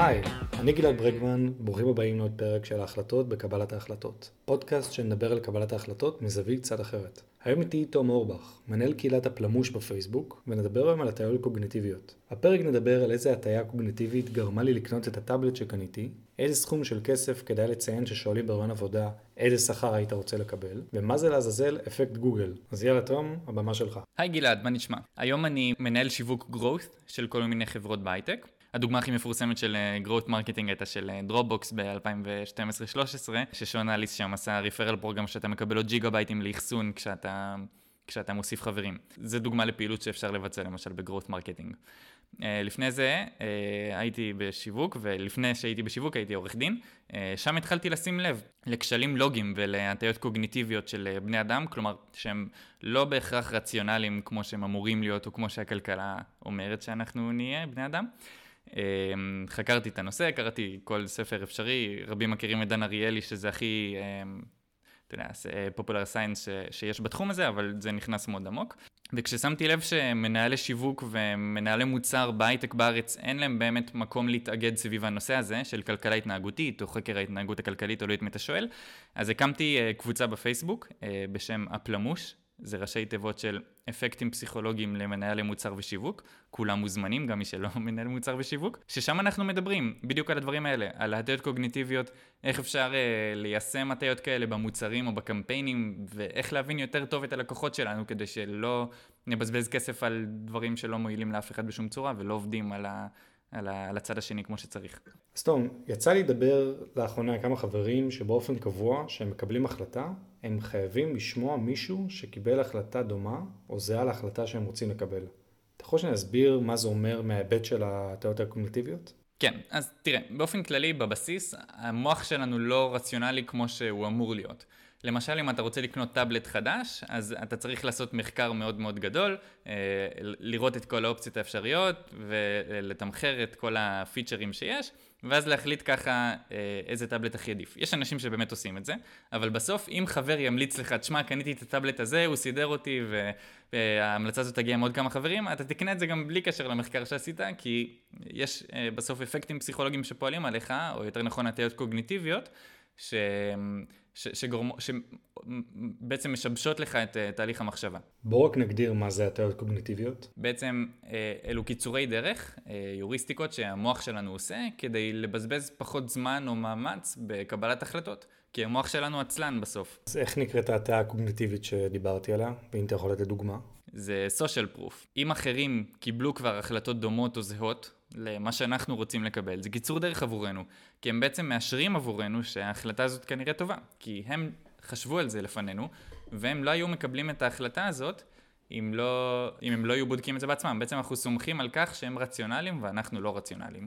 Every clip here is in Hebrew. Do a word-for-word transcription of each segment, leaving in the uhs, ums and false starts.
היי, אני גלעד ברגמן, ברוכים הבאים לעוד פרק של ההחלטות בקבלת ההחלטות. פודקאסט שנדבר על קבלת ההחלטות מזווית קצת אחרת. היום איתי תום אורבך, מנהל קהילת הפלמוש בפייסבוק, ונדבר היום על הטעיות קוגניטיביות. הפרק נדבר על איזה הטעיה קוגניטיבית גרמה לי לקנות את הטאבלט שקניתי, איזה סכום של כסף כדאי לציין ששואלים ברעיון עבודה, איזה שכר היית רוצה לקבל, ומה זה לעזאזל אפקט גוגל. אז יאללה תום, הבמה שלך. היי גלעד, מה נשמע? היום אני מנהל שיווק growth של כל מיני חברות בהייטק. הדוגמה הכי מפורסמת של growth marketing הייתה של Dropbox ב-אלפיים ושתים עשרה שלוש עשרה, ששון אליס שם עשה ריפרל פרוגרם שאתה מקבל עוד ג'יגה בייטים לאחסון כשאתה, כשאתה מוסיף חברים. זה דוגמה לפעילות שאפשר לבצע למשל ב-growth marketing. Uh, לפני זה uh, הייתי בשיווק, ולפני שהייתי בשיווק הייתי עורך דין. Uh, שם התחלתי לשים לב לכשלים לוגיים ולהטיות קוגניטיביות של uh, בני אדם, כלומר שהם לא בהכרח רציונליים כמו שהם אמורים להיות, או כמו שהכלכלה אומרת שאנחנו נהיה בני אדם. Uh, חקרתי את הנושא, קראתי כל ספר אפשרי, רבים מכירים את דן אריאלי שזה הכי... Uh, אתה יודע, פופולר סיינס שיש בתחום הזה, אבל זה נכנס מאוד עמוק. וכששמתי לב שמנהלי שיווק ומנהלי מוצר בהייטק בארץ, אין להם באמת מקום להתאגד סביב הנושא הזה, של כלכלה התנהגותית, או חקר ההתנהגות הכלכלית, או לא את השואל, אז הקמתי קבוצה בפייסבוק, בשם הפלמוש, זה ראשי תיבות של אפקטים פסיכולוגיים למנהלי מוצר ושיווק, כולם מוזמנים, גם מי שלא מנהל מוצר ושיווק, ששם אנחנו מדברים בדיוק על הדברים האלה, על הטיות קוגניטיביות, איך אפשר אה, ליישם הטיות כאלה במוצרים או בקמפיינים, ואיך להבין יותר טוב את הלקוחות שלנו, כדי שלא נבזבז כסף על דברים שלא מועילים לאף אחד בשום צורה, ולא עובדים על ה... על, ה, על הצד השני כמו שצריך. אז תום, יצא לי לדבר לאחרונה עם כמה חברים שבאופן קבוע שהם מקבלים החלטה, הם חייבים לשמוע מישהו שקיבל החלטה דומה או זהה להחלטה שהם רוצים לקבל. אתה יכול שנסביר מה זה אומר מההיבט של הטעיות הקוגניטיביות? כן, אז תראה, באופן כללי בבסיס המוח שלנו לא רציונלי כמו שהוא אמור להיות. למשל, אם אתה רוצה לקנות טאבלט חדש, אז אתה צריך לעשות מחקר מאוד מאוד גדול, לראות את כל האופציות האפשריות ולתמחר את כל הפיצ'רים שיש, ואז להחליט ככה איזה טאבלט הכי עדיף. יש אנשים שבאמת עושים את זה, אבל בסוף אם חבר ימליץ לך, תשמע, קניתי את הטאבלט הזה, הוא סידר אותי וההמלצה הזאת תגיע עם עוד כמה חברים, אתה תקנה את זה גם בלי קשר למחקר שעשית, כי יש בסוף אפקטים פסיכולוגיים שפועלים עליך, או יותר נכון הטיות קוגניטיביות, ש... ש... שגורמו... שבעצם משבשות לך את uh, תהליך המחשבה. בואו רק נגדיר מה זה הטיות קוגניטיביות. בעצם uh, אלו קיצורי דרך, uh, יוריסטיקות שהמוח שלנו עושה, כדי לבזבז פחות זמן או מאמץ בקבלת החלטות, כי המוח שלנו עצלן בסוף. אז איך נקראת ההטיה הקוגניטיבית שדיברתי עליה, ואם אתה יכול לתת דוגמה? זה social proof. אם אחרים קיבלו כבר החלטות דומות או זהות, למה שאנחנו רוצים לקבל. זה קיצור דרך עבורנו, כי הם בעצם מאשרים עבורנו שההחלטה הזאת כנראה טובה, כי הם חשבו על זה לפנינו, והם לא היו מקבלים את ההחלטה הזאת אם, לא, אם הם לא היו בודקים את זה בעצמם. בעצם אנחנו סומכים על כך שהם רציונליים ואנחנו לא רציונליים.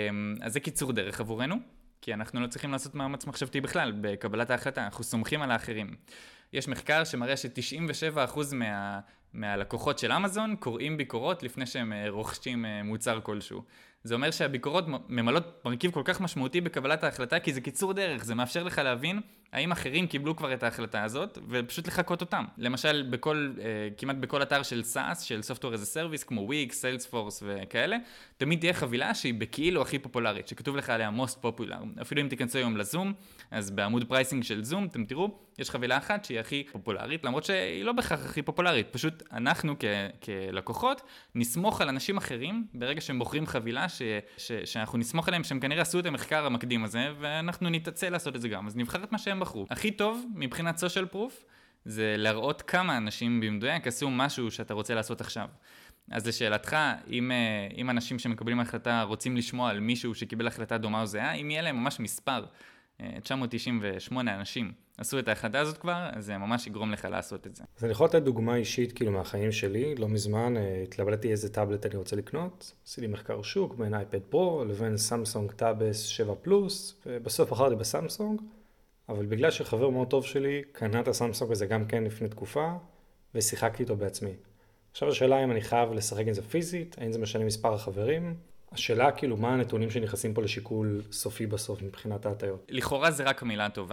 אז זה קיצור דרך עבורנו, כי אנחנו לא צריכים לעשות מאמץ מחשבתי בכלל בקבלת ההחלטה, אנחנו סומכים על האחרים. יש מחקר שמראה ש-תשעים ושבעה אחוז מה, מהלקוחות של אמזון קוראים ביקורות לפני שהם רוכשים מוצר כלשהו. זה אומר שהביקורות ממלאות מרכיב כל כך משמעותי בקבלת ההחלטה, כי זה קיצור דרך, זה מאפשר לך להבין האם אחרים קיבלו כבר את ההחלטה הזאת, ופשוט לחכות אותם. למשל, בכל, כמעט בכל אתר של סאס, של Software as a Service, כמו Wix, Salesforce וכאלה, תמיד תהיה חבילה שהיא בכאילו הכי פופולרית, שכתוב לך עליה most popular. אפילו אם תיכנסו היום לזום, אז בעמוד פרייסינג של זום, אתם תראו, יש חבילה אחת שהיא הכי פופולרית, למרות שהיא לא בכך הכי פופולרית. פשוט אנחנו כ- כלקוחות נסמוך על אנשים אחרים ברגע שהם בוחרים חבילה ש- ש- שאנחנו נסמוך עליהם שהם כנראה עשו את המחקר המקדים הזה, ואנחנו נתעצל לעשות את זה גם. אז נבחר את מה שהם בחרו. הכי טוב מבחינת social proof זה להראות כמה אנשים במדויק עשו משהו שאתה רוצה לעשות עכשיו. אז לשאלתך, אם, אם אנשים שמקבלים החלטה רוצים לשמוע על מישהו שקיבל החלטה דומה או זהה, אם יהיה להם ממש מספר, תשע מאות תשעים ושמונה אנשים עשו את ההחלטה הזאת כבר, אז זה ממש יגרום לך לעשות את זה. אז אני יכול לתת דוגמה אישית כאילו מהחיים שלי, לא מזמן התלבטתי איזה טאבלט אני רוצה לקנות, עשיתי מחקר שוק בין אייפד פרו לבין סמסונג טאבס שבע פלוס, ובסוף בחרתי בסמסונג, אבל בגלל שחבר מאוד טוב שלי קנה את הסמסונג הזה גם כן לפני תקופה, ושיחקתי איתו בעצמי. עכשיו השאלה אם אני חייב לשחק עם זה פיזית, האם זה משנה מספר החברים, השאלה כאילו מה הנתונים שנכנסים פה לשיקול סופי בסוף מבחינת ההטיות. לכאורה זה רק המילה טובה,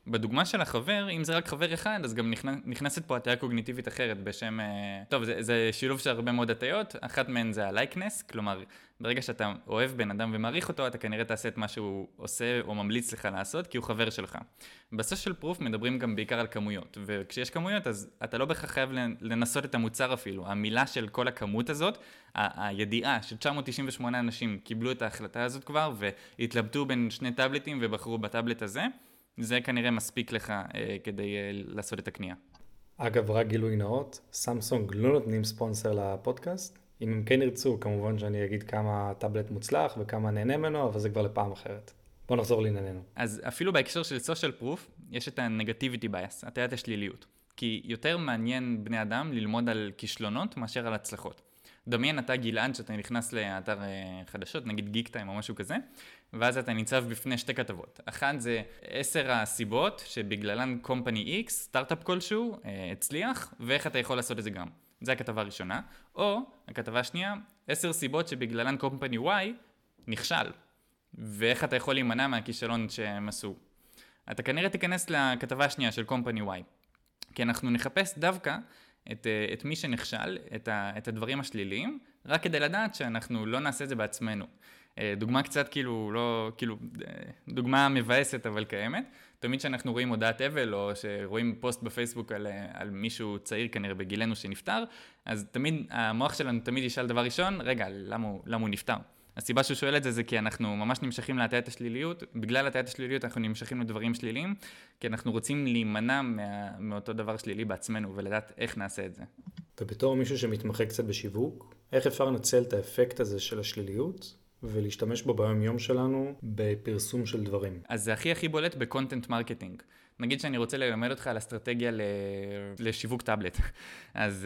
בדוגמה של החבר, אם זה רק חבר אחד, אז גם נכנס, נכנסת פה הטיה קוגניטיבית אחרת בשם... טוב, זה, זה שילוב של הרבה מאוד הטיות, אחת מהן זה ה-likeness, כלומר, ברגע שאתה אוהב בן אדם ומעריך אותו, אתה כנראה תעשה את מה שהוא עושה או ממליץ לך לעשות, כי הוא חבר שלך. ב-social proof מדברים גם בעיקר על כמויות, וכשיש כמויות, אז אתה לא בהכרח חייב לנסות את המוצר אפילו. המילה של כל הכמות הזאת, ה- הידיעה ש-תשע מאות תשעים ושמונה אנשים קיבלו את ההחלטה הזאת כבר, והתלבטו בין שני טאבלטים ובחרו בטאבלט הזה, זה כנראה מספיק לך אה, כדי אה, לעשות את הקנייה. אגב, רק גילוי נאות, סמסונג לא נותנים ספונסר לפודקאסט. אם הם כן ירצו, כמובן שאני אגיד כמה טאבלט מוצלח וכמה נהנה ממנו, אבל זה כבר לפעם אחרת. בוא נחזור לענייננו. אז אפילו בהקשר של social proof, יש את ה-negativity bias, הטיית השליליות. כי יותר מעניין בני אדם ללמוד על כישלונות מאשר על הצלחות. דמיין אתה גלעד שאתה נכנס לאתר חדשות, נגיד גיק טיים או משהו כזה, ואז אתה ניצב בפני שתי כתבות. אחת זה עשר הסיבות שבגללן קומפני X, סטארט-אפ כלשהו, הצליח, ואיך אתה יכול לעשות את זה גם. זו הכתבה הראשונה. או, הכתבה השנייה, עשר סיבות שבגללן קומפני Y נכשל, ואיך אתה יכול להימנע מהכישלון שהם עשו. אתה כנראה תיכנס לכתבה השנייה של קומפני Y, כי אנחנו נחפש דווקא את, את מי שנכשל, את, ה, את הדברים השליליים, רק כדי לדעת שאנחנו לא נעשה את זה בעצמנו. דוגמה קצת כאילו, לא, כאילו, דוגמה מבאסת אבל קיימת. תמיד שאנחנו רואים הודעת אבל, או שרואים פוסט בפייסבוק על, על מישהו צעיר כנראה בגילנו שנפטר, אז תמיד, המוח שלנו תמיד ישאל דבר ראשון, רגע, למה הוא, למה הוא נפטר? הסיבה שהוא שואל את זה זה כי אנחנו ממש נמשכים להטיית השליליות, בגלל הטיית השליליות אנחנו נמשכים לדברים שליליים, כי אנחנו רוצים להימנע מה, מאותו דבר שלילי בעצמנו ולדעת איך נעשה את זה. ובתור מישהו שמתמחה קצת בשיווק, איך אפשר לנצל את האפקט הזה של השליליות ולהשתמש בו ביום יום שלנו בפרסום של דברים? אז זה הכי הכי בולט בקונטנט מרקטינג. נגיד שאני רוצה ללמד אותך על אסטרטגיה לשיווק טאבלט. אז,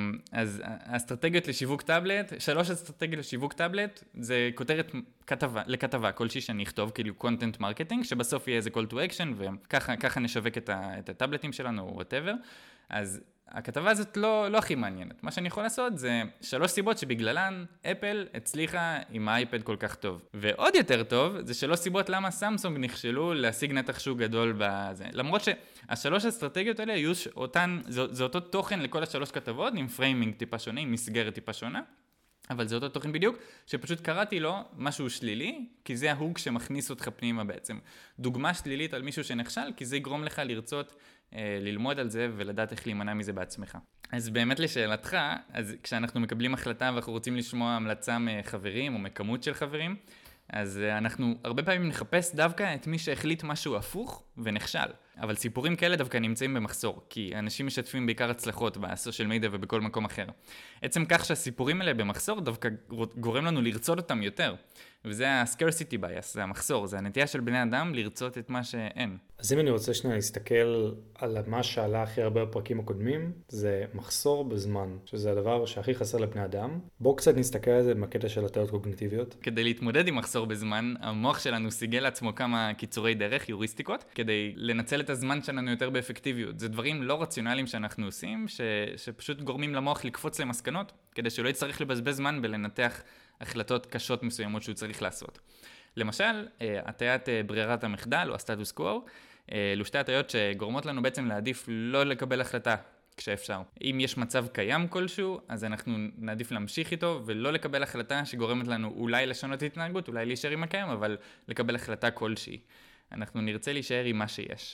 אז האסטרטגיות לשיווק טאבלט, שלוש אסטרטגיות לשיווק טאבלט, זה כותרת כתבה, לכתבה כלשהי שאני אכתוב, כאילו קונטנט מרקטינג, שבסוף יהיה איזה call to action, וככה ככה נשווק את, ה, את הטאבלטים שלנו, או whatever. אז הכתבה הזאת לא, לא הכי מעניינת. מה שאני יכול לעשות זה שלוש סיבות שבגללן אפל הצליחה עם האייפד כל כך טוב. ועוד יותר טוב, זה שלוש סיבות למה סמסונג נכשלו להשיג נתח שוק גדול בזה. למרות שהשלוש אסטרטגיות האלה היו אותן, זה, זה אותו תוכן לכל השלוש כתבות, עם פריימינג טיפה שונה, עם מסגרת טיפה שונה. אבל זה אותו תוכן בדיוק, שפשוט קראתי לו משהו שלילי, כי זה ההוג שמכניס אותך פנימה בעצם. דוגמה שלילית על מישהו שנכשל, כי זה יגרום לך לרצות אה, ללמוד על זה ולדעת איך להימנע מזה בעצמך. אז באמת לשאלתך, אז כשאנחנו מקבלים החלטה ואנחנו רוצים לשמוע המלצה מחברים או מכמות של חברים, אז אנחנו הרבה פעמים נחפש דווקא את מי שהחליט משהו הפוך ונכשל. אבל סיפורים כאלה דווקא נמצאים במחסור, כי אנשים משתפים בעיקר הצלחות בסושיאל מדיה ובכל מקום אחר. עצם כך שהסיפורים האלה במחסור דווקא גורם לנו לרצות אותם יותר. וזה ה-scarcity bias, זה המחסור, זה הנטייה של בני אדם לרצות את מה שאין. אז אם אני רוצה שנייה להסתכל על מה שעלה הכי הרבה בפרקים הקודמים, זה מחסור בזמן, שזה הדבר שהכי חסר לבני אדם. בואו קצת נסתכל על זה בקטע של הטיות קוגניטיביות. כדי להתמודד עם מחסור בזמן, המוח שלנו סיגל לעצמו כמה קיצורי דרך, יוריסטיקות, כדי לנצל את הזמן שלנו יותר באפקטיביות. זה דברים לא רציונליים שאנחנו עושים, ש... שפשוט גורמים למוח לקפוץ למסקנות, כדי שלא יצטרך לבזבז זמן בלנתח החלטות קשות מסוימות שהוא צריך לעשות. למשל, הטיית ברירת המחדל או הסטטוס קוו, אלו שתי הטיות שגורמות לנו בעצם להעדיף לא לקבל החלטה כשאפשר. אם יש מצב קיים כלשהו, אז אנחנו נעדיף להמשיך איתו ולא לקבל החלטה שגורמת לנו אולי לשנות התנהגות, אולי להישאר עם הקיים, אבל לקבל החלטה כלשהי. אנחנו נרצה להישאר עם מה שיש.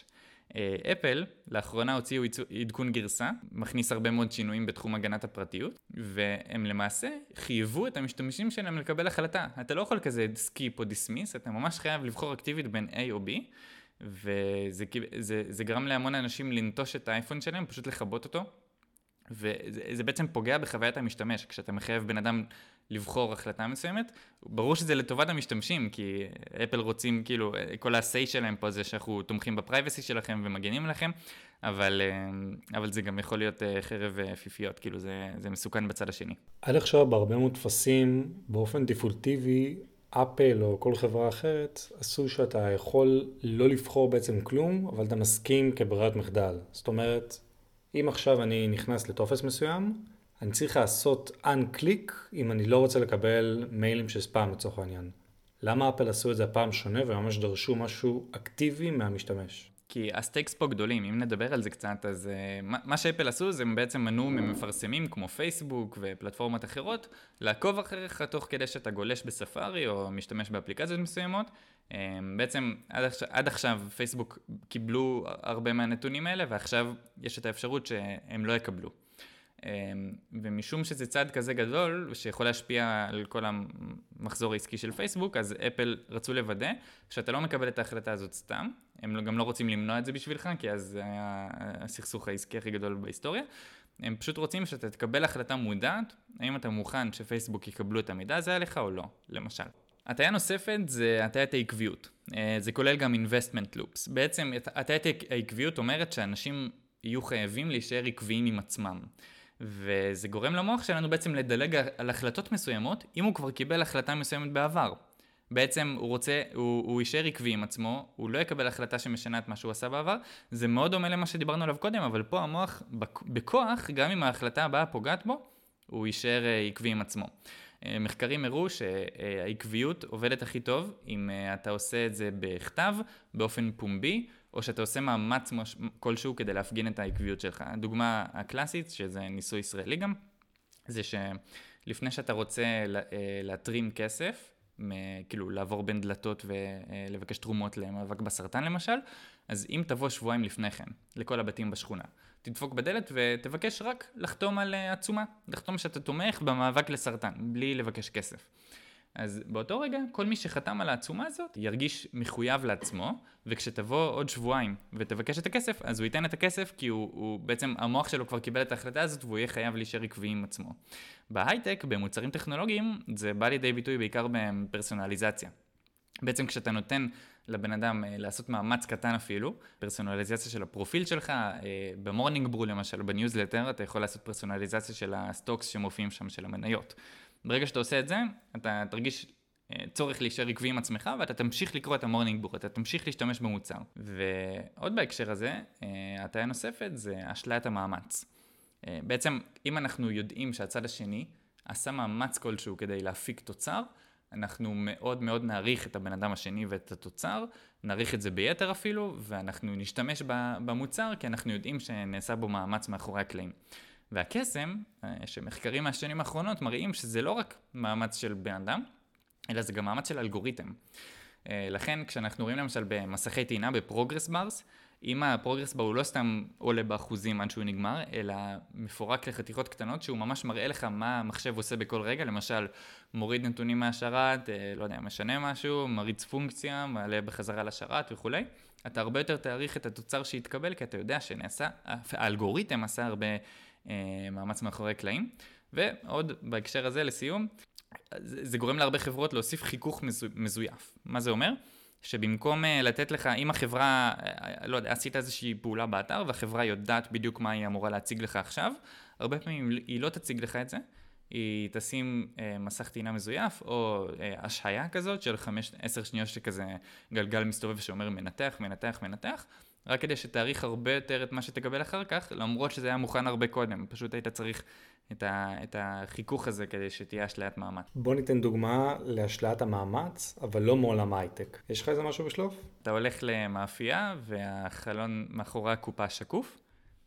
אפל לאחרונה הוציאו עדכון גרסה, מכניס הרבה מאוד שינויים בתחום הגנת הפרטיות, והם למעשה חייבו את המשתמשים שלהם לקבל החלטה. אתה לא יכול כזה סקיפ או דיסמיס, אתה ממש חייב לבחור אקטיבית בין A או B, וזה זה, זה גרם להמון אנשים לנטוש את האייפון שלהם, פשוט לחבות אותו, וזה זה בעצם פוגע בחוויית המשתמש. כשאתה מחייב בן אדם לבחור החלטה מסוימת, ברור שזה לטובת המשתמשים, כי אפל רוצים, כאילו, כל ה-say שלהם פה זה שאנחנו תומכים בפרייבסי שלכם ומגנים לכם, אבל, אבל זה גם יכול להיות חרב פיפיות, כאילו זה, זה מסוכן בצד השני. עד עכשיו בהרבה מאוד תפסים, באופן דיפולטיבי, אפל או כל חברה אחרת, עשו שאתה יכול לא לבחור בעצם כלום, אבל אתה מסכים כברירת מחדל. זאת אומרת, אם עכשיו אני נכנס לטופס מסוים, אני צריך לעשות unclick אם אני לא רוצה לקבל מיילים של ספאם לצורך העניין. למה אפל עשו את זה הפעם שונה וממש דרשו משהו אקטיבי מהמשתמש? כי הסטייקס פה גדולים, אם נדבר על זה קצת, אז uh, מה, מה שאפל עשו זה הם בעצם מנעו ממפרסמים כמו פייסבוק ופלטפורמות אחרות, לעקוב אחריך תוך כדי שאתה גולש בספארי או משתמש באפליקציות מסוימות. Um, בעצם עד עכשיו, עד עכשיו פייסבוק קיבלו הרבה מהנתונים האלה, ועכשיו יש את האפשרות שהם לא יקבלו. ומשום שזה צעד כזה גדול שיכול להשפיע על כל המחזור העסקי של פייסבוק, אז אפל רצו לוודא שאתה לא מקבל את ההחלטה הזאת סתם. הם גם לא רוצים למנוע את זה בשבילך, כי אז זה היה הסכסוך העסקי הכי גדול בהיסטוריה. הם פשוט רוצים שאתה תקבל החלטה מודעת, האם אתה מוכן שפייסבוק יקבלו את המידע הזה עליך או לא, למשל. הטעיה נוספת זה הטעיית העקביות. זה כולל גם investment loops. בעצם הטעיית העקביות אומרת שאנשים יהיו חייבים להישאר עקביים עם עצמם. וזה גורם למוח שלנו בעצם לדלג על החלטות מסוימות, אם הוא כבר קיבל החלטה מסוימת בעבר. בעצם הוא רוצה, הוא, הוא יישאר עקבי עם עצמו, הוא לא יקבל החלטה שמשנה את מה שהוא עשה בעבר. זה מאוד דומה למה שדיברנו עליו קודם, אבל פה המוח בכוח, גם אם ההחלטה הבאה פוגעת בו, הוא יישאר עקבי עם עצמו. מחקרים הראו שהעקביות עובדת הכי טוב אם אתה עושה את זה בכתב, באופן פומבי, או שאתה עושה מאמץ כלשהו כדי להפגין את העקביות שלך. הדוגמה הקלאסית, שזה ניסוי ישראלי גם, זה שלפני שאתה רוצה להתרים כסף, כאילו לעבור בין דלתות ולבקש תרומות למאבק בסרטן למשל, אז אם תבוא שבועיים לפני כן, לכל הבתים בשכונה, תדפוק בדלת ותבקש רק לחתום על עצומה, לחתום שאתה תומך במאבק לסרטן, בלי לבקש כסף. אז באותו רגע, כל מי שחתם על העצומה הזאת ירגיש מחויב לעצמו, וכשתבוא עוד שבועיים ותבקש את הכסף, אז הוא ייתן את הכסף, כי הוא, הוא בעצם, המוח שלו כבר קיבל את ההחלטה הזאת, והוא יהיה חייב להישאר עקבי עם עצמו. בהייטק, במוצרים טכנולוגיים, זה בא לידי ביטוי בעיקר בפרסונליזציה. בעצם כשאתה נותן לבן אדם לעשות מאמץ קטן אפילו, פרסונליזציה של הפרופיל שלך, במורנינג ברו למשל, בניוזלטר, אתה יכול לעשות פרסונליזציה של הסטוקס שמופיעים שם של המניות. ברגע שאתה עושה את זה, אתה תרגיש צורך להישאר עקבי עם עצמך, ואתה תמשיך לקרוא את המורנינג בור, אתה תמשיך להשתמש במוצר. ועוד בהקשר הזה, הטעיה נוספת זה אשליית המאמץ. בעצם, אם אנחנו יודעים שהצד השני עשה מאמץ כלשהו כדי להפיק תוצר, אנחנו מאוד מאוד נעריך את הבן אדם השני ואת התוצר, נעריך את זה ביתר אפילו, ואנחנו נשתמש במוצר, כי אנחנו יודעים שנעשה בו מאמץ מאחורי הקלעים. והקסם, שמחקרים מהשנים האחרונות מראים שזה לא רק מאמץ של בן אדם, אלא זה גם מאמץ של אלגוריתם. לכן, כשאנחנו רואים למשל במסכי טעינה, בפרוגרס ברס, אם הפרוגרס בר הוא לא סתם עולה באחוזים עד שהוא נגמר, אלא מפורק לחתיכות קטנות, שהוא ממש מראה לך מה המחשב עושה בכל רגע, למשל, מוריד נתונים מהשרת, לא יודע, משנה משהו, מריץ פונקציה, מעלה בחזרה לשרת וכו'. אתה הרבה יותר תאריך את התוצר שהתקבל, כי אתה יודע שנעשה, האלגוריתם עשה הרבה מאמץ מאחורי קלעים. ועוד בהקשר הזה לסיום, זה גורם להרבה חברות להוסיף חיכוך מזויף. מה זה אומר? שבמקום לתת לך, אם החברה, לא יודע, עשית איזושהי פעולה באתר, והחברה יודעת בדיוק מה היא אמורה להציג לך עכשיו, הרבה פעמים היא לא תציג לך את זה, היא תשים מסך טעינה מזויף, או השהיה כזאת של חמש עשר שניות שכזה גלגל מסתובב שאומר מנתח, מנתח, מנתח, רק כדי שתאריך הרבה יותר את מה שתקבל אחר כך, למרות שזה היה מוכן הרבה קודם, פשוט היית צריך את, ה, את החיכוך הזה כדי שתהיה אשליית מאמץ. בוא ניתן דוגמה לאשליית המאמץ, אבל לא מעולם הייטק. יש לך איזה משהו בשלוף? אתה הולך למאפייה והחלון מאחורי הקופה שקוף,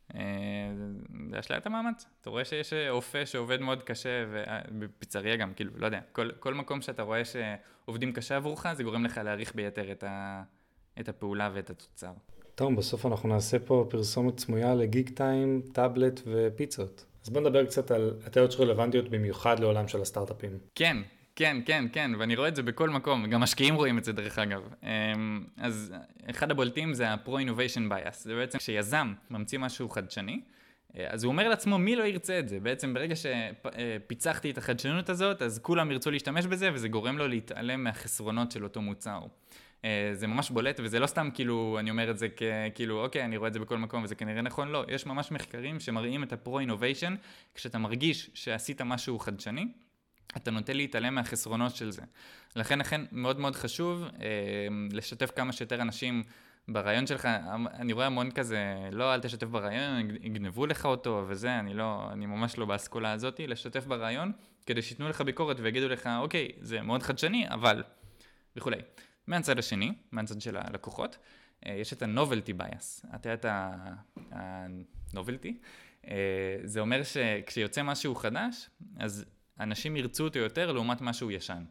זה אשליית המאמץ. אתה רואה שיש אופה שעובד מאוד קשה, ובפיצריה גם, כאילו, לא יודע, כל, כל מקום שאתה רואה שעובדים קשה עבורך, זה גורם לך להעריך ביתר את, ה, את הפעולה ואת התוצר. טוב, בסוף אנחנו נעשה פה פרסומת סמויה לגיק טיים, טאבלט ופיצות. אז בוא נדבר קצת על הטעיות שרלוונטיות במיוחד לעולם של הסטארט-אפים. כן, כן, כן, כן, ואני רואה את זה בכל מקום, גם משקיעים רואים את זה דרך אגב. אז אחד הבולטים זה ה-Pro-Innovation Bias, זה בעצם כשיזם ממציא משהו חדשני, אז הוא אומר לעצמו מי לא ירצה את זה, בעצם ברגע שפיצחתי את החדשנות הזאת, אז כולם ירצו להשתמש בזה, וזה גורם לו להתעלם מהחסרונות של אותו מוצר. זה ממש בולט, וזה לא סתם כאילו, אני אומר את זה כאילו, אוקיי, אני רואה את זה בכל מקום, וזה כנראה נכון, לא, יש ממש מחקרים שמראים את ה-Pro-Innovation, כשאתה מרגיש שעשית משהו חדשני, אתה נוטה להתעלם מהחסרונות של זה. לכן, לכן, מאוד מאוד חשוב אה, לשתף כמה שיותר אנשים ברעיון שלך. אני רואה המון כזה, לא, אל תשתף ברעיון, יגנבו לך אותו וזה, אני לא, אני ממש לא באסכולה הזאת, לשתף ברעיון, כדי שיתנו לך ביקורת ויגידו לך, אוקיי, זה מאוד חדשני, אבל, וכולי. מהצד השני, מהצד של הלקוחות, יש את ה-novelty bias. אתה יודע את ה-novelty? זה אומר שכשיוצא משהו חדש, אז אנשים ירצו אותו יותר לעומת משהו ישן.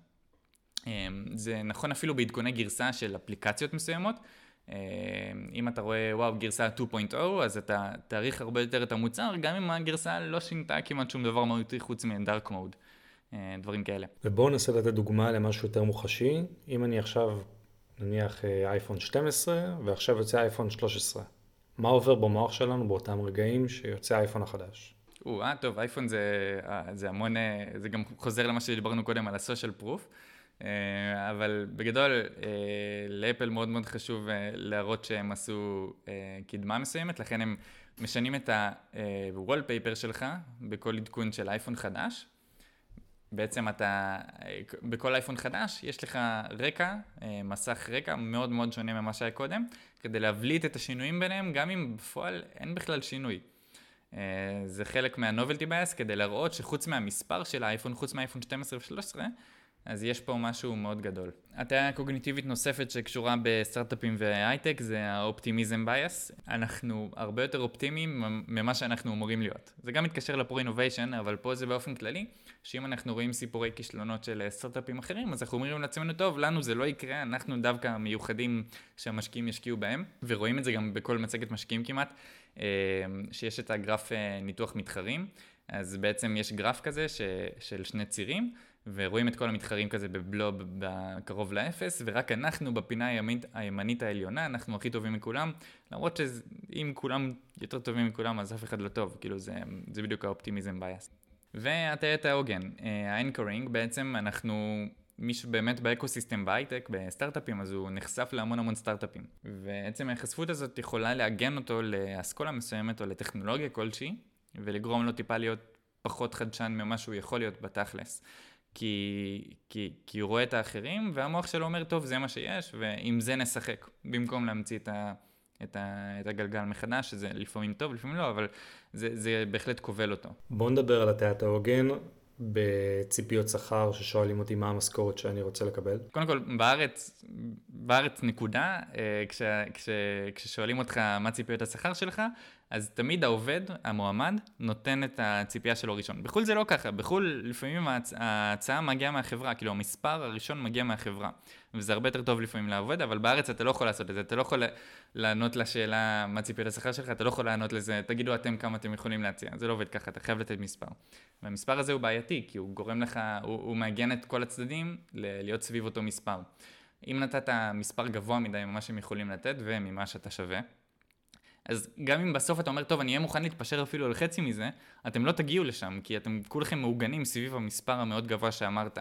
זה נכון אפילו בעדכוני גרסה של אפליקציות מסוימות. אם אתה רואה, וואו, גרסה שתיים נקודה אפס, אז אתה תאריך הרבה יותר את המוצר, גם אם הגרסה לא שינתה כמעט שום דבר מהותי חוץ מדארק מוד, דברים כאלה. ובואו ננסה לתת דוגמה למשהו יותר מוחשי. אם אני עכשיו, נניח אייפון שתים עשרה, ועכשיו יוצא אייפון שלוש עשרה. מה עובר במוח שלנו באותם רגעים שיוצא האייפון החדש? או, אה, טוב, אייפון זה, זה המון, זה גם חוזר למה שדיברנו קודם על הסושיאל פרוף, אבל בגדול, לאפל מאוד מאוד חשוב להראות שהם עשו קדמה מסוימת, לכן הם משנים את ה-wallpaper שלך בכל עדכון של אייפון חדש. בעצם אתה, בכל אייפון חדש יש לך רקע, מסך רקע מאוד מאוד שונה ממה שהיה קודם, כדי להבליט את השינויים ביניהם, גם אם בפועל אין בכלל שינוי. זה חלק מה-novelty bias, כדי להראות שחוץ מהמספר של האייפון, חוץ מהאייפון שתים עשרה ו-שלוש עשרה, אז יש פה משהו מאוד גדול. הטעיה קוגניטיבית נוספת שקשורה בסטארט-אפים והייטק זה האופטימיזם בייס. אנחנו הרבה יותר אופטימיים ממה שאנחנו אמורים להיות. זה גם מתקשר לפרו-אינוביישן, אבל פה זה באופן כללי, שאם אנחנו רואים סיפורי כישלונות של סטארט-אפים אחרים, אז אנחנו אומרים לעצמנו, טוב, לנו זה לא יקרה, אנחנו דווקא מיוחדים שהמשקיעים ישקיעו בהם, ורואים את זה גם בכל מצגת משקיעים כמעט, שיש את הגרף ניתוח מתחרים. אז בעצם יש גרף כזה ש... של שני צירים, ורואים את כל המתחרים כזה בבלוב בקרוב לאפס, ורק אנחנו בפינה הימנית, הימנית העליונה, אנחנו הכי טובים מכולם, למרות שאם כולם יותר טובים מכולם, אז אף אחד לא טוב, כאילו זה, זה בדיוק האופטימיזם בייס. והטעיית העוגן, האנקורינג, בעצם אנחנו, מי שבאמת באקוסיסטם בהייטק, בסטארט-אפים, אז הוא נחשף להמון המון סטארט-אפים. ועצם ההיחשפות הזאת יכולה להגן אותו לאסכולה מסוימת או לטכנולוגיה כלשהי, ולגרום לו טיפה להיות פחות חדשן ממה שהוא יכול להיות בתכלס. כי, כי, כי הוא רואה את האחרים, והמוח שלו אומר, טוב, זה מה שיש, ועם זה נשחק, במקום להמציא את, ה, את, ה, את הגלגל מחדש, שזה לפעמים טוב, לפעמים לא, אבל זה, זה בהחלט כובל אותו. בואו נדבר על הטעיית ההוגן בציפיות שכר, ששואלים אותי מה המשכורת שאני רוצה לקבל. קודם כל, בארץ, בארץ נקודה, כש, כש, כששואלים אותך מה ציפיות השכר שלך, אז תמיד העובד, המועמד, נותן את הציפייה שלו ראשון. בחול זה לא ככה, בחול לפעמים ההצעה מגיעה מהחברה, כאילו המספר הראשון מגיע מהחברה, וזה הרבה יותר טוב לפעמים לעובד, אבל בארץ אתה לא יכול לעשות את זה, אתה לא יכול לענות לשאלה מה ציפיות השכר שלך, אתה לא יכול לענות לזה, תגידו אתם כמה אתם יכולים להציע, זה לא עובד ככה, אתה חייב לתת מספר. והמספר הזה הוא בעייתי, כי הוא גורם לך, הוא, הוא מאגן את כל הצדדים להיות סביב אותו מספר. אם נתת מספר גבוה מדי ממה שהם יכולים לתת וממה שאתה שווה, אז גם אם בסוף אתה אומר, טוב, אני אהיה מוכן להתפשר אפילו על חצי מזה, אתם לא תגיעו לשם, כי אתם כולכם מעוגנים סביב המספר המאוד גבוה שאמרת.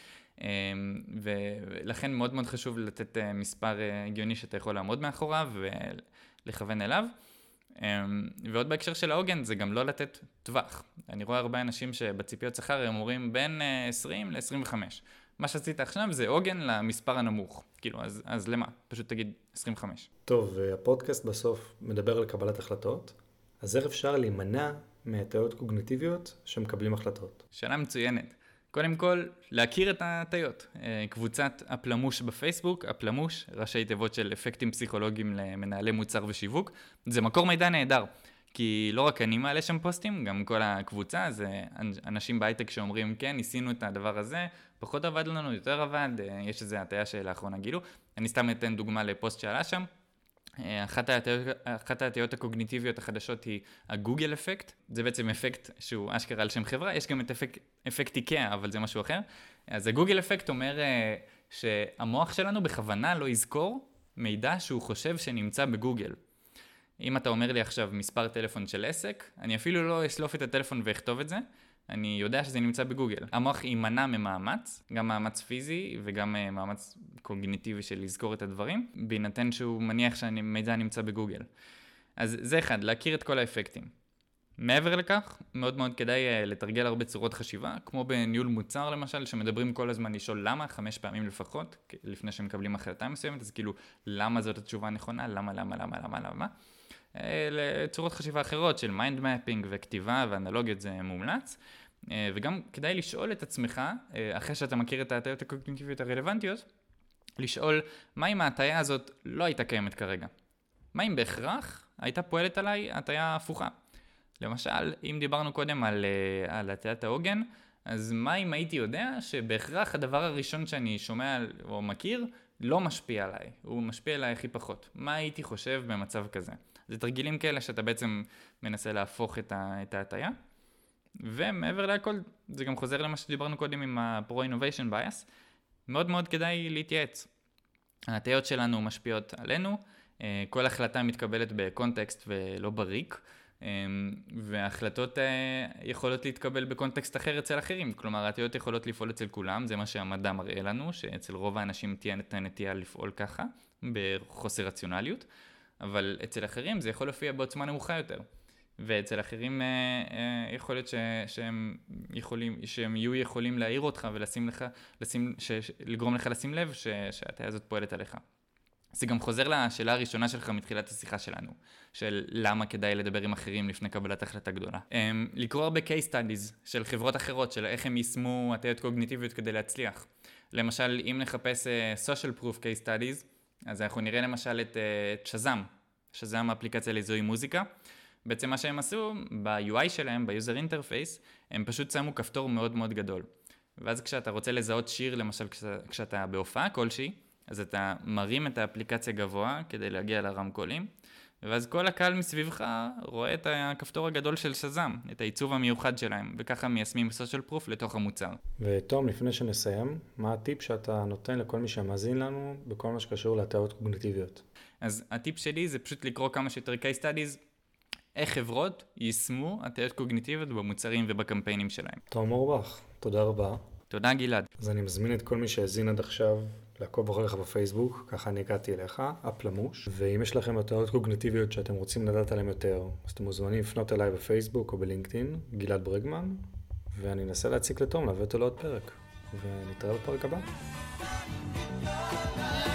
ולכן מאוד מאוד חשוב לתת מספר הגיוני שאתה יכול לעמוד מאחוריו ולכוון אליו. ועוד בהקשר של העוגן, זה גם לא לתת טווח. אני רואה הרבה אנשים שבציפיות שכר הם אומרים בין עשרים ל-עשרים וחמש. מה שעשית עכשיו זה עוגן למספר הנמוך. כאילו, אז, אז למה? פשוט תגיד עשרים וחמש. טוב, הפודקאסט בסוף מדבר על קבלת החלטות, אז איך אפשר להימנע מהטעיות קוגניטיביות שמקבלים החלטות? שאלה מצוינת. קודם כל, להכיר את ההטיות. קבוצת הפלמוש בפייסבוק, הפלמוש, ראשי תיבות של אפקטים פסיכולוגיים למנהלי מוצר ושיווק, זה מקור מידע נהדר. כי לא רק אני מעלה שם פוסטים, גם כל הקבוצה, זה אנשים בהייטק שאומרים, כן, ניסינו את הדבר הזה, פחות עבד לנו, יותר עבד, יש איזו הטיה שלאחרונה גילו. אני סתם אתן דוגמה לפוסט שעלה שם. אחת ההטיות, אחת ההטיות הקוגניטיביות החדשות היא הגוגל אפקט. זה בעצם אפקט שהוא אשכרה על שם חברה, יש גם את אפקט, אפקט איקאה, אבל זה משהו אחר. אז הגוגל אפקט אומר שהמוח שלנו בכוונה לא יזכור מידע שהוא חושב שנמצא בגוגל. אם אתה אומר לי עכשיו מספר טלפון של עסק, אני אפילו לא אשלוף את הטלפון ואכתוב את זה, אני יודע שזה נמצא בגוגל. המוח יימנע ממאמץ, גם מאמץ פיזי וגם מאמץ קוגניטיבי של לזכור את הדברים, בהינתן שהוא מניח שהמידע נמצא בגוגל. אז זה אחד, להכיר את כל האפקטים. מעבר לכך, מאוד מאוד כדאי לתרגל הרבה צורות חשיבה, כמו בניהול מוצר למשל, שמדברים כל הזמן לשאול למה, חמש פעמים לפחות, לפני שמקבלים החלטה מסוימת, אז כאילו, למה זאת התשובה הנכונה, למה, למה, למה, למה, למה. לצורות חשיבה אחרות של מיינד מפינג וכתיבה ואנלוגיות זה מומלץ, וגם כדאי לשאול את עצמך, אחרי שאתה מכיר את ההטיות הקוגניטיביות הרלוונטיות, לשאול מה אם ההטיה הזאת לא הייתה קיימת כרגע. מה אם בהכרח הייתה פועלת עליי הטיה הפוכה? למשל, אם דיברנו קודם על, על הטיית העוגן, אז מה אם הייתי יודע שבהכרח הדבר הראשון שאני שומע או מכיר לא משפיע עליי, הוא משפיע עליי הכי פחות. מה הייתי חושב במצב כזה? זה תרגילים כאלה שאתה בעצם מנסה להפוך את, ה, את ההטיה. ומעבר להכל, זה גם חוזר למה שדיברנו קודם עם ה-Pro-Innovation Bias, מאוד מאוד כדאי להתייעץ. ההטיות שלנו משפיעות עלינו, כל החלטה מתקבלת בקונטקסט ולא בריק, וההחלטות יכולות להתקבל בקונטקסט אחר אצל אחרים, כלומר ההטיות יכולות לפעול אצל כולם, זה מה שהמדע מראה לנו, שאצל רוב האנשים תהיה נטייה לפעול ככה, בחוסר רציונליות, אבל אצל אחרים זה יכול להופיע בעוצמה נמוכה יותר. ואצל אחרים יכול להיות שהם יכולים, שהם יהיו יכולים להעיר אותך ולשים לך, לשים, לגרום לך לשים לב שההטיה הזאת פועלת עליך. זה גם חוזר לשאלה הראשונה שלך מתחילת השיחה שלנו, של למה כדאי לדבר עם אחרים לפני קבלת החלטה גדולה. לקרוא הרבה case studies של חברות אחרות, של איך הם יישמו הטיות קוגניטיביות כדי להצליח. למשל, אם נחפש social proof case studies, אז אנחנו נראה למשל את שזאם, שזאם האפליקציה לזיהוי מוזיקה. בעצם מה שהם עשו, ב-יו איי שלהם, ב-user interface, הם פשוט שמו כפתור מאוד מאוד גדול. ואז כשאתה רוצה לזהות שיר, למשל כשאתה בהופעה כלשהי, אז אתה מרים את האפליקציה גבוה כדי להגיע לרמקולים, ואז כל הקהל מסביבך רואה את הכפתור הגדול של שזאם, את העיצוב המיוחד שלהם, וככה מיישמים social proof לתוך המוצר. ותום, לפני שנסיים, מה הטיפ שאתה נותן לכל מי שמאזין לנו בכל מה שקשור להטיות קוגניטיביות? אז הטיפ שלי זה פשוט לקרוא כמה שיותר case studies, איך חברות יישמו הטיות קוגניטיביות במוצרים ובקמפיינים שלהם. תום אורבך, תודה רבה. תודה גלעד. אז אני מזמין את כל מי שהאזין עד עכשיו לעקוב אחריך בפייסבוק, ככה אני הגעתי אליך, הפלמוש, ואם יש לכם הטיות קוגניטיביות שאתם רוצים לדעת עליהם יותר, אז אתם מוזמנים לפנות אליי בפייסבוק או בלינקדאין, גלעד ברגמן, ואני אנסה להציג לתום, להביא אותו לעוד פרק, ונתראה בפרק הבא.